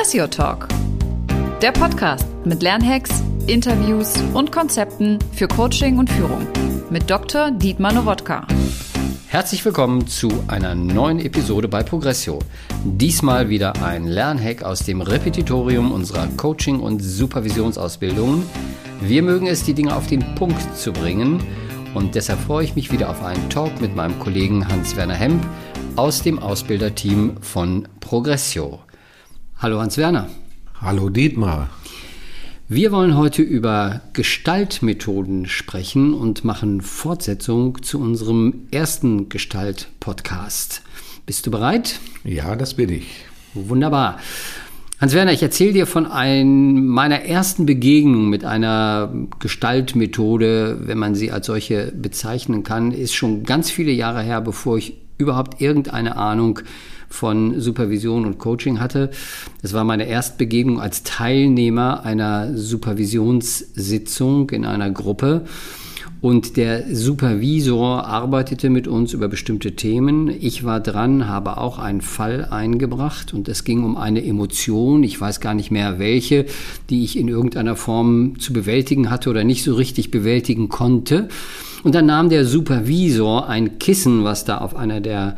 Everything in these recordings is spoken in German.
Progressio Talk, der Podcast mit Lernhacks, Interviews und Konzepten für Coaching und Führung mit Dr. Dietmar Nowodka. Herzlich willkommen zu einer neuen Episode bei Progressio. Diesmal wieder ein Lernhack aus dem Repetitorium unserer Coaching- und Supervisionsausbildungen. Wir mögen es, die Dinge auf den Punkt zu bringen, und deshalb freue ich mich wieder auf einen Talk mit meinem Kollegen Hans-Werner Hemp aus dem Ausbilderteam von Progressio. Hallo Hans-Werner. Hallo Dietmar. Wir wollen heute über Gestaltmethoden sprechen und machen Fortsetzung zu unserem ersten Gestalt-Podcast. Bist du bereit? Ja, das bin ich. Wunderbar. Hans-Werner, ich erzähle dir von meiner ersten Begegnung mit einer Gestaltmethode, wenn man sie als solche bezeichnen kann, ist schon ganz viele Jahre her, bevor ich überhaupt irgendeine Ahnung von Supervision und Coaching hatte. Es war meine Erstbegegnung als Teilnehmer einer Supervisionssitzung in einer Gruppe. Und der Supervisor arbeitete mit uns über bestimmte Themen. Ich war dran, habe auch einen Fall eingebracht und es ging um eine Emotion, ich weiß gar nicht mehr welche, die ich in irgendeiner Form zu bewältigen hatte oder nicht so richtig bewältigen konnte. Und dann nahm der Supervisor ein Kissen, was da auf einer der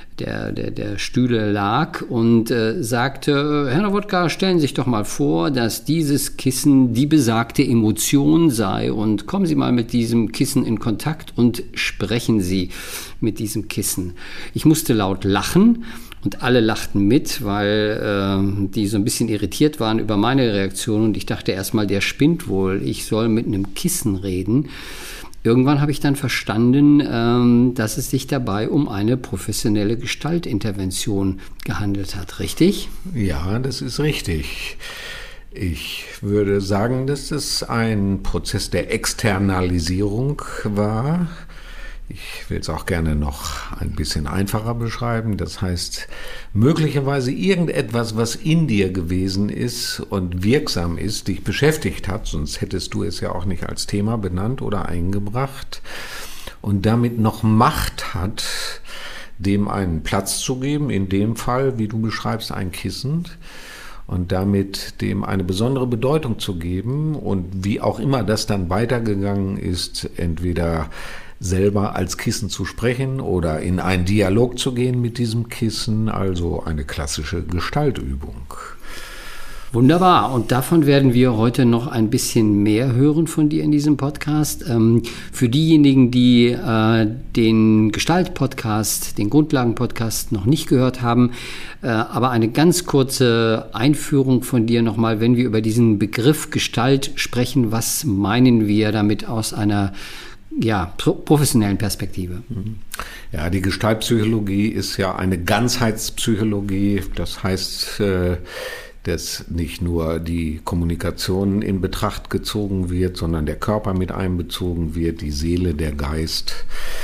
Stühle lag und sagte, Herr Nowodka, stellen Sie sich doch mal vor, dass dieses Kissen die besagte Emotion sei und kommen Sie mal mit diesem Kissen in Kontakt und sprechen Sie mit diesem Kissen. Ich musste laut lachen und alle lachten mit, weil die so ein bisschen irritiert waren über meine Reaktion und ich dachte erstmal, der spinnt wohl, ich soll mit einem Kissen reden. Irgendwann habe ich dann verstanden, dass es sich dabei um eine professionelle Gestaltintervention gehandelt hat, richtig? Ja, das ist richtig. Ich würde sagen, dass es ein Prozess der Externalisierung war. Ich will es auch gerne noch ein bisschen einfacher beschreiben. Das heißt, möglicherweise irgendetwas, was in dir gewesen ist und wirksam ist, dich beschäftigt hat, sonst hättest du es ja auch nicht als Thema benannt oder eingebracht, und damit noch Macht hat, dem einen Platz zu geben, in dem Fall, wie du beschreibst, ein Kissen, und damit dem eine besondere Bedeutung zu geben, und wie auch immer das dann weitergegangen ist, entweder selber als Kissen zu sprechen oder in einen Dialog zu gehen mit diesem Kissen, also eine klassische Gestaltübung. Wunderbar, und davon werden wir heute noch ein bisschen mehr hören von dir in diesem Podcast. Für diejenigen, die den Gestalt-Podcast, den Grundlagen-Podcast noch nicht gehört haben, aber eine ganz kurze Einführung von dir nochmal, wenn wir über diesen Begriff Gestalt sprechen, was meinen wir damit aus einer professionellen Perspektive? Ja, die Gestaltpsychologie ist ja eine Ganzheitspsychologie. Das heißt, dass nicht nur die Kommunikation in Betracht gezogen wird, sondern der Körper mit einbezogen wird, die Seele, der Geist,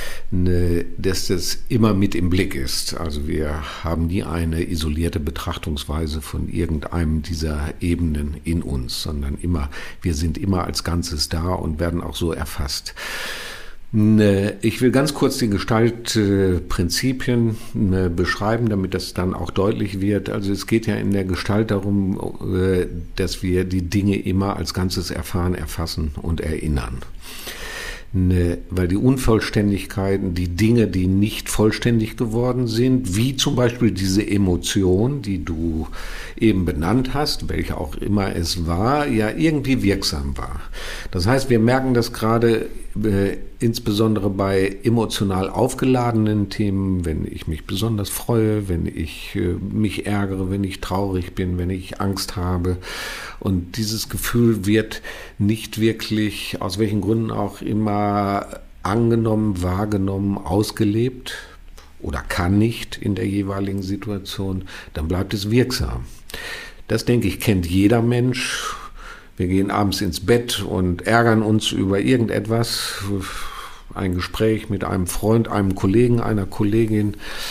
dass das immer mit im Blick ist. Also wir haben nie eine isolierte Betrachtungsweise von irgendeinem dieser Ebenen in uns, sondern wir sind immer als Ganzes da und werden auch so erfasst. Ich will ganz kurz die Gestaltprinzipien beschreiben, damit das dann auch deutlich wird. Also es geht ja in der Gestalt darum, dass wir die Dinge immer als Ganzes erfahren, erfassen und erinnern. Weil die Unvollständigkeiten, die Dinge, die nicht vollständig geworden sind, wie zum Beispiel diese Emotion, die du eben benannt hast, welche auch immer es war, ja irgendwie wirksam war. Das heißt, wir merken das gerade insbesondere bei emotional aufgeladenen Themen, wenn ich mich besonders freue, wenn ich mich ärgere, wenn ich traurig bin, wenn ich Angst habe. Und dieses Gefühl wird nicht wirklich, aus welchen Gründen auch immer, angenommen, wahrgenommen, ausgelebt oder kann nicht in der jeweiligen Situation, dann bleibt es wirksam. Das, denke ich, kennt jeder Mensch. Wir gehen abends ins Bett und ärgern uns über irgendetwas, ein Gespräch mit einem Freund, einem Kollegen, einer Kollegin.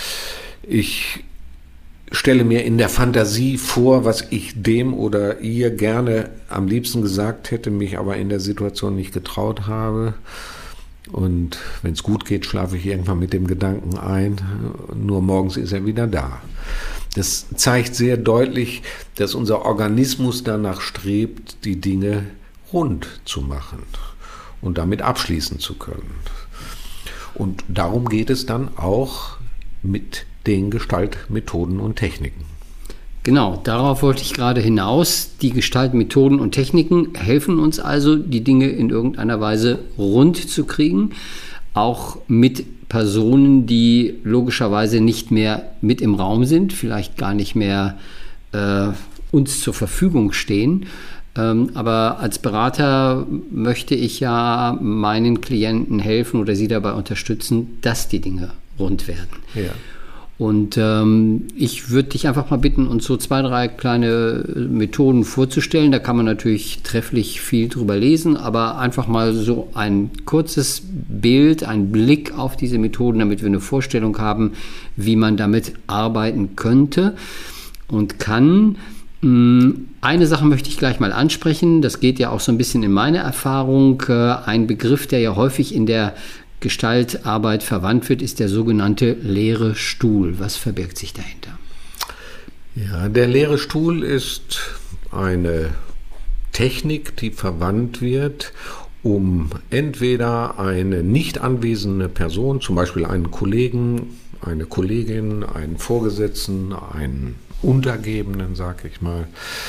Ich stelle mir in der Fantasie vor, was ich dem oder ihr gerne am liebsten gesagt hätte, mich aber in der Situation nicht getraut habe. Und wenn es gut geht, schlafe ich irgendwann mit dem Gedanken ein, nur morgens ist er wieder da. Das zeigt sehr deutlich, dass unser Organismus danach strebt, die Dinge rund zu machen und damit abschließen zu können. Und darum geht es dann auch mit den Gestaltmethoden und Techniken. Genau, darauf wollte ich gerade hinaus. Die Gestaltmethoden und Techniken helfen uns also, die Dinge in irgendeiner Weise rund zu kriegen, auch mit Personen, die logischerweise nicht mehr mit im Raum sind, vielleicht gar nicht mehr uns zur Verfügung stehen. Aber als Berater möchte ich ja meinen Klienten helfen oder sie dabei unterstützen, dass die Dinge rund werden. Ja. Und ich würde dich einfach mal bitten, uns so 2, 3 kleine Methoden vorzustellen. Da kann man natürlich trefflich viel drüber lesen, aber einfach mal so ein kurzes Bild, ein Blick auf diese Methoden, damit wir eine Vorstellung haben, wie man damit arbeiten könnte und kann. Eine Sache möchte ich gleich mal ansprechen. Das geht ja auch so ein bisschen in meine Erfahrung. Ein Begriff, der ja häufig in der Gestaltarbeit verwandt wird, ist der sogenannte leere Stuhl. Was verbirgt sich dahinter? Ja, der leere Stuhl ist eine Technik, die verwandt wird, um entweder eine nicht anwesende Person, zum Beispiel einen Kollegen, eine Kollegin, einen Vorgesetzten, einen Untergebenen, sag ich mal,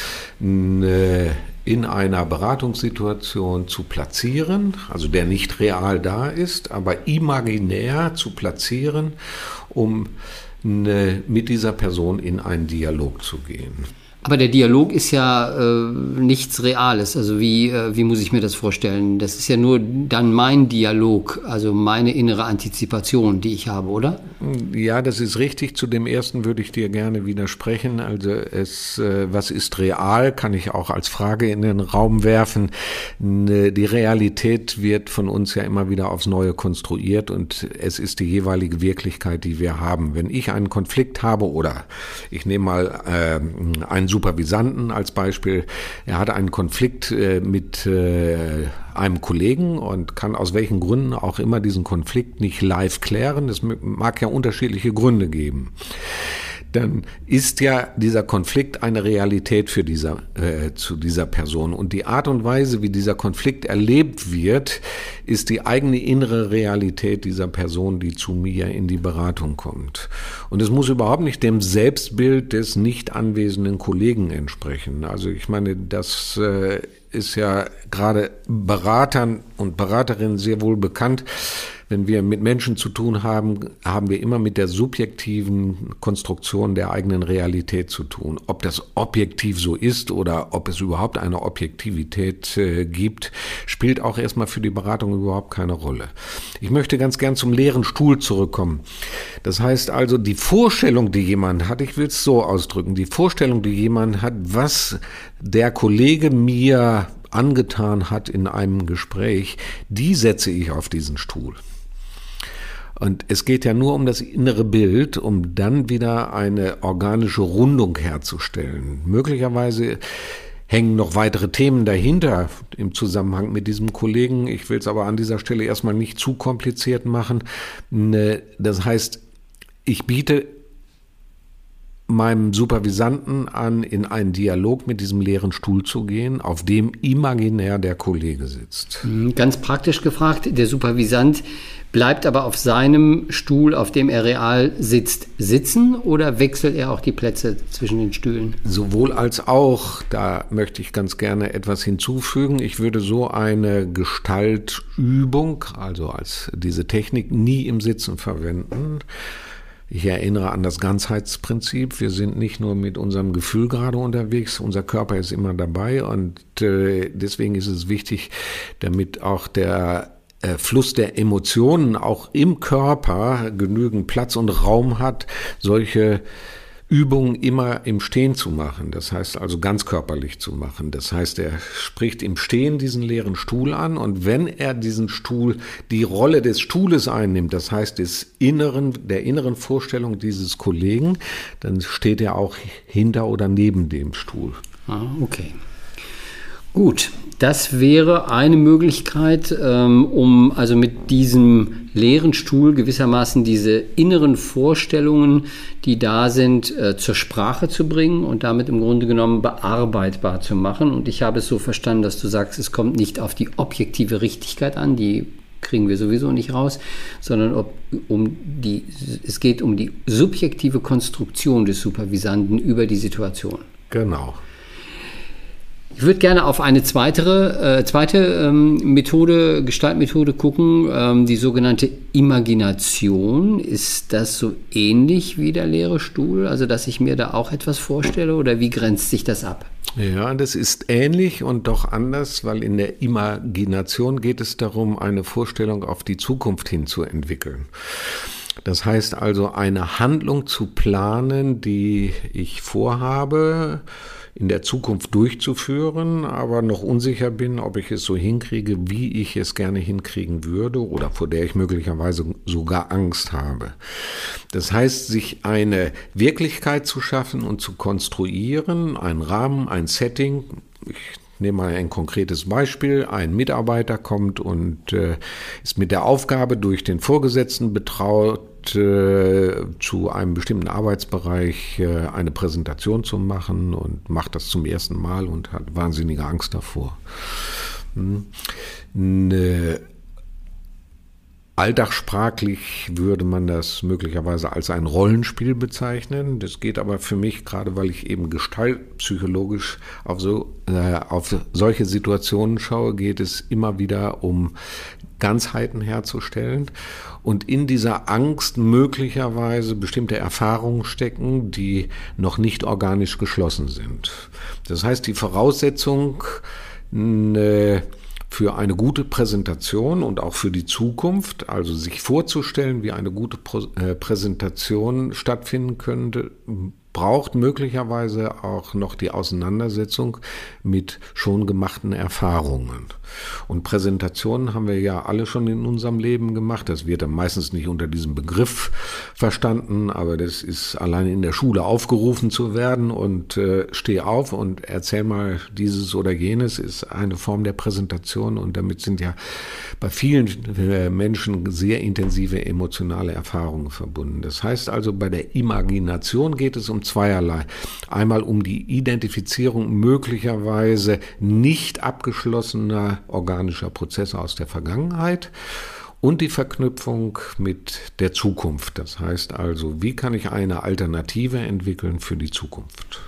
in einer Beratungssituation zu platzieren, also der nicht real da ist, aber imaginär zu platzieren, um mit dieser Person in einen Dialog zu gehen. Aber der Dialog ist ja nichts Reales. Also wie muss ich mir das vorstellen? Das ist ja nur dann mein Dialog, also meine innere Antizipation, die ich habe, oder? Ja, das ist richtig. Zu dem ersten würde ich dir gerne widersprechen. Also was ist real, kann ich auch als Frage in den Raum werfen. Die Realität wird von uns ja immer wieder aufs Neue konstruiert und es ist die jeweilige Wirklichkeit, die wir haben. Wenn ich einen Konflikt habe oder ich nehme mal einen Supervisanten als Beispiel. Er hatte einen Konflikt mit einem Kollegen und kann aus welchen Gründen auch immer diesen Konflikt nicht live klären. Es mag ja unterschiedliche Gründe geben. Dann ist ja dieser Konflikt eine Realität für zu dieser Person. Und die Art und Weise, wie dieser Konflikt erlebt wird, ist die eigene innere Realität dieser Person, die zu mir in die Beratung kommt. Und es muss überhaupt nicht dem Selbstbild des nicht anwesenden Kollegen entsprechen. Also ich meine, das ist ja gerade Beratern und Beraterinnen sehr wohl bekannt. Wenn wir mit Menschen zu tun haben, haben wir immer mit der subjektiven Konstruktion der eigenen Realität zu tun. Ob das objektiv so ist oder ob es überhaupt eine Objektivität gibt, spielt auch erstmal für die Beratung überhaupt keine Rolle. Ich möchte ganz gern zum leeren Stuhl zurückkommen. Das heißt also, die Vorstellung, die jemand hat, ich will es so ausdrücken, die Vorstellung, die jemand hat, was der Kollege mir angetan hat in einem Gespräch, die setze ich auf diesen Stuhl. Und es geht ja nur um das innere Bild, um dann wieder eine organische Rundung herzustellen. Möglicherweise hängen noch weitere Themen dahinter im Zusammenhang mit diesem Kollegen. Ich will es aber an dieser Stelle erstmal nicht zu kompliziert machen. Das heißt, ich biete meinem Supervisanten an, in einen Dialog mit diesem leeren Stuhl zu gehen, auf dem imaginär der Kollege sitzt. Ganz praktisch gefragt, der Supervisant bleibt aber auf seinem Stuhl, auf dem er real sitzt, sitzen oder wechselt er auch die Plätze zwischen den Stühlen? Sowohl als auch, da möchte ich ganz gerne etwas hinzufügen. Ich würde so eine Gestaltübung, also als diese Technik, nie im Sitzen verwenden. Ich erinnere an das Ganzheitsprinzip. Wir sind nicht nur mit unserem Gefühl gerade unterwegs, unser Körper ist immer dabei und deswegen ist es wichtig, damit auch der Fluss der Emotionen auch im Körper genügend Platz und Raum hat, solche Übungen immer im Stehen zu machen, das heißt also ganz körperlich zu machen. Das heißt, er spricht im Stehen diesen leeren Stuhl an und wenn er diesen Stuhl, die Rolle des Stuhles einnimmt, das heißt der inneren Vorstellung dieses Kollegen, dann steht er auch hinter oder neben dem Stuhl. Ah, okay. Gut, das wäre eine Möglichkeit, um also mit diesem leeren Stuhl gewissermaßen diese inneren Vorstellungen, die da sind, zur Sprache zu bringen und damit im Grunde genommen bearbeitbar zu machen. Und ich habe es so verstanden, dass du sagst, es kommt nicht auf die objektive Richtigkeit an, die kriegen wir sowieso nicht raus, sondern es geht um die subjektive Konstruktion des Supervisanten über die Situation. Genau. Ich würde gerne auf eine zweite Methode, Gestaltmethode gucken, die sogenannte Imagination. Ist das so ähnlich wie der leere Stuhl, also dass ich mir da auch etwas vorstelle, oder wie grenzt sich das ab? Ja, das ist ähnlich und doch anders, weil in der Imagination geht es darum, eine Vorstellung auf die Zukunft hin zu entwickeln. Das heißt also, eine Handlung zu planen, die ich vorhabe, in der Zukunft durchzuführen, aber noch unsicher bin, ob ich es so hinkriege, wie ich es gerne hinkriegen würde oder vor der ich möglicherweise sogar Angst habe. Das heißt, sich eine Wirklichkeit zu schaffen und zu konstruieren, einen Rahmen, ein Setting. Ich nehme mal ein konkretes Beispiel. Ein Mitarbeiter kommt und ist mit der Aufgabe durch den Vorgesetzten betraut, zu einem bestimmten Arbeitsbereich eine Präsentation zu machen und macht das zum ersten Mal und hat wahnsinnige Angst davor. Alltagssprachlich würde man das möglicherweise als ein Rollenspiel bezeichnen. Das geht aber für mich, gerade weil ich eben gestaltpsychologisch auf solche Situationen schaue, geht es immer wieder um Ganzheiten herzustellen und in dieser Angst möglicherweise bestimmte Erfahrungen stecken, die noch nicht organisch geschlossen sind. Das heißt, die Voraussetzung für eine gute Präsentation und auch für die Zukunft, also sich vorzustellen, wie eine gute Präsentation stattfinden könnte, braucht möglicherweise auch noch die Auseinandersetzung mit schon gemachten Erfahrungen. Und Präsentationen haben wir ja alle schon in unserem Leben gemacht. Das wird dann meistens nicht unter diesem Begriff verstanden, aber das ist allein in der Schule aufgerufen zu werden und steh auf und erzähl mal dieses oder jenes, ist eine Form der Präsentation und damit sind ja bei vielen Menschen sehr intensive emotionale Erfahrungen verbunden. Das heißt also, bei der Imagination geht es um zweierlei. Einmal um die Identifizierung möglicherweise nicht abgeschlossener organischer Prozesse aus der Vergangenheit und die Verknüpfung mit der Zukunft. Das heißt also, wie kann ich eine Alternative entwickeln für die Zukunft?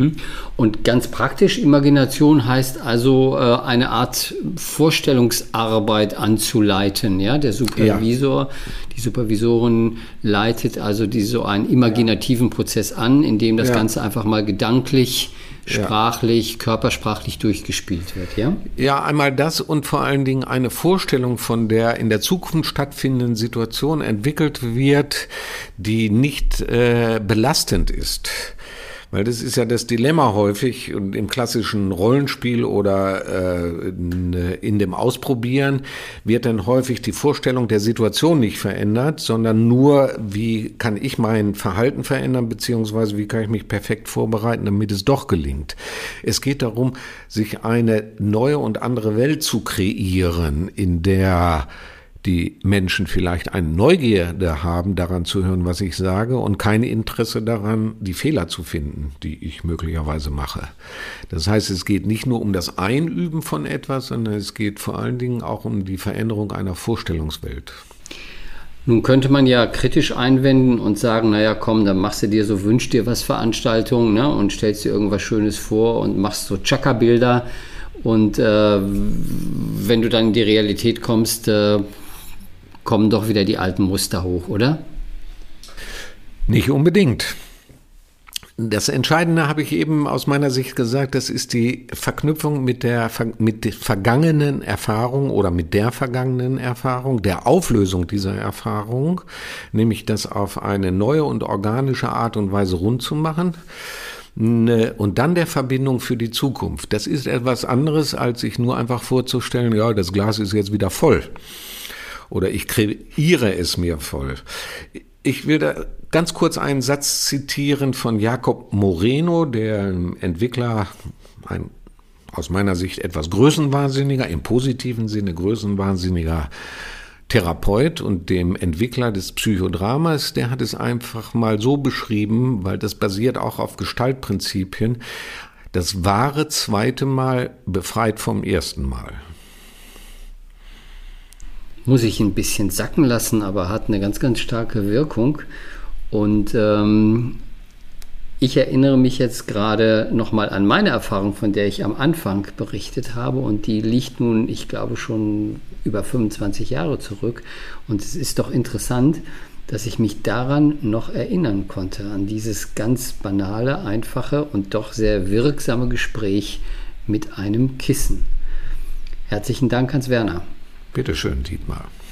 Und ganz praktisch, Imagination heißt also eine Art Vorstellungsarbeit anzuleiten. Ja? Der Supervisor, die Supervisorin leitet also so einen imaginativen Prozess an, in dem das Ganze einfach mal gedanklich, sprachlich, körpersprachlich durchgespielt wird, ja? Ja, einmal das und vor allen Dingen eine Vorstellung von der in der Zukunft stattfindenden Situation entwickelt wird, die nicht belastend ist. Weil das ist ja das Dilemma häufig und im klassischen Rollenspiel oder in dem Ausprobieren wird dann häufig die Vorstellung der Situation nicht verändert, sondern nur, wie kann ich mein Verhalten verändern, beziehungsweise wie kann ich mich perfekt vorbereiten, damit es doch gelingt. Es geht darum, sich eine neue und andere Welt zu kreieren, in der die Menschen vielleicht eine Neugierde haben, daran zu hören, was ich sage, und kein Interesse daran, die Fehler zu finden, die ich möglicherweise mache. Das heißt, es geht nicht nur um das Einüben von etwas, sondern es geht vor allen Dingen auch um die Veränderung einer Vorstellungswelt. Nun könnte man ja kritisch einwenden und sagen, naja, komm, dann machst du dir so Wünsch dir was Veranstaltungen, ne, und stellst dir irgendwas Schönes vor und machst so Chaka-Bilder und wenn du dann in die Realität kommst, kommen doch wieder die alten Muster hoch, oder? Nicht unbedingt. Das Entscheidende habe ich eben aus meiner Sicht gesagt, das ist die Verknüpfung mit der vergangenen Erfahrung oder mit der vergangenen Erfahrung, der Auflösung dieser Erfahrung, nämlich das auf eine neue und organische Art und Weise rund zu machen. Und dann der Verbindung für die Zukunft. Das ist etwas anderes, als sich nur einfach vorzustellen, ja, das Glas ist jetzt wieder voll. Oder ich kreiere es mir voll. Ich will da ganz kurz einen Satz zitieren von Jacob Moreno, der Entwickler, ein aus meiner Sicht etwas größenwahnsinniger, im positiven Sinne größenwahnsinniger Therapeut und dem Entwickler des Psychodramas, der hat es einfach mal so beschrieben, weil das basiert auch auf Gestaltprinzipien, das wahre zweite Mal befreit vom ersten Mal. Muss ich ein bisschen sacken lassen, aber hat eine ganz, ganz starke Wirkung. Und ich erinnere mich jetzt gerade nochmal an meine Erfahrung, von der ich am Anfang berichtet habe. Und die liegt nun, ich glaube, schon über 25 Jahre zurück. Und es ist doch interessant, dass ich mich daran noch erinnern konnte, an dieses ganz banale, einfache und doch sehr wirksame Gespräch mit einem Kissen. Herzlichen Dank, Hans-Werner. Bitte schön, Dietmar.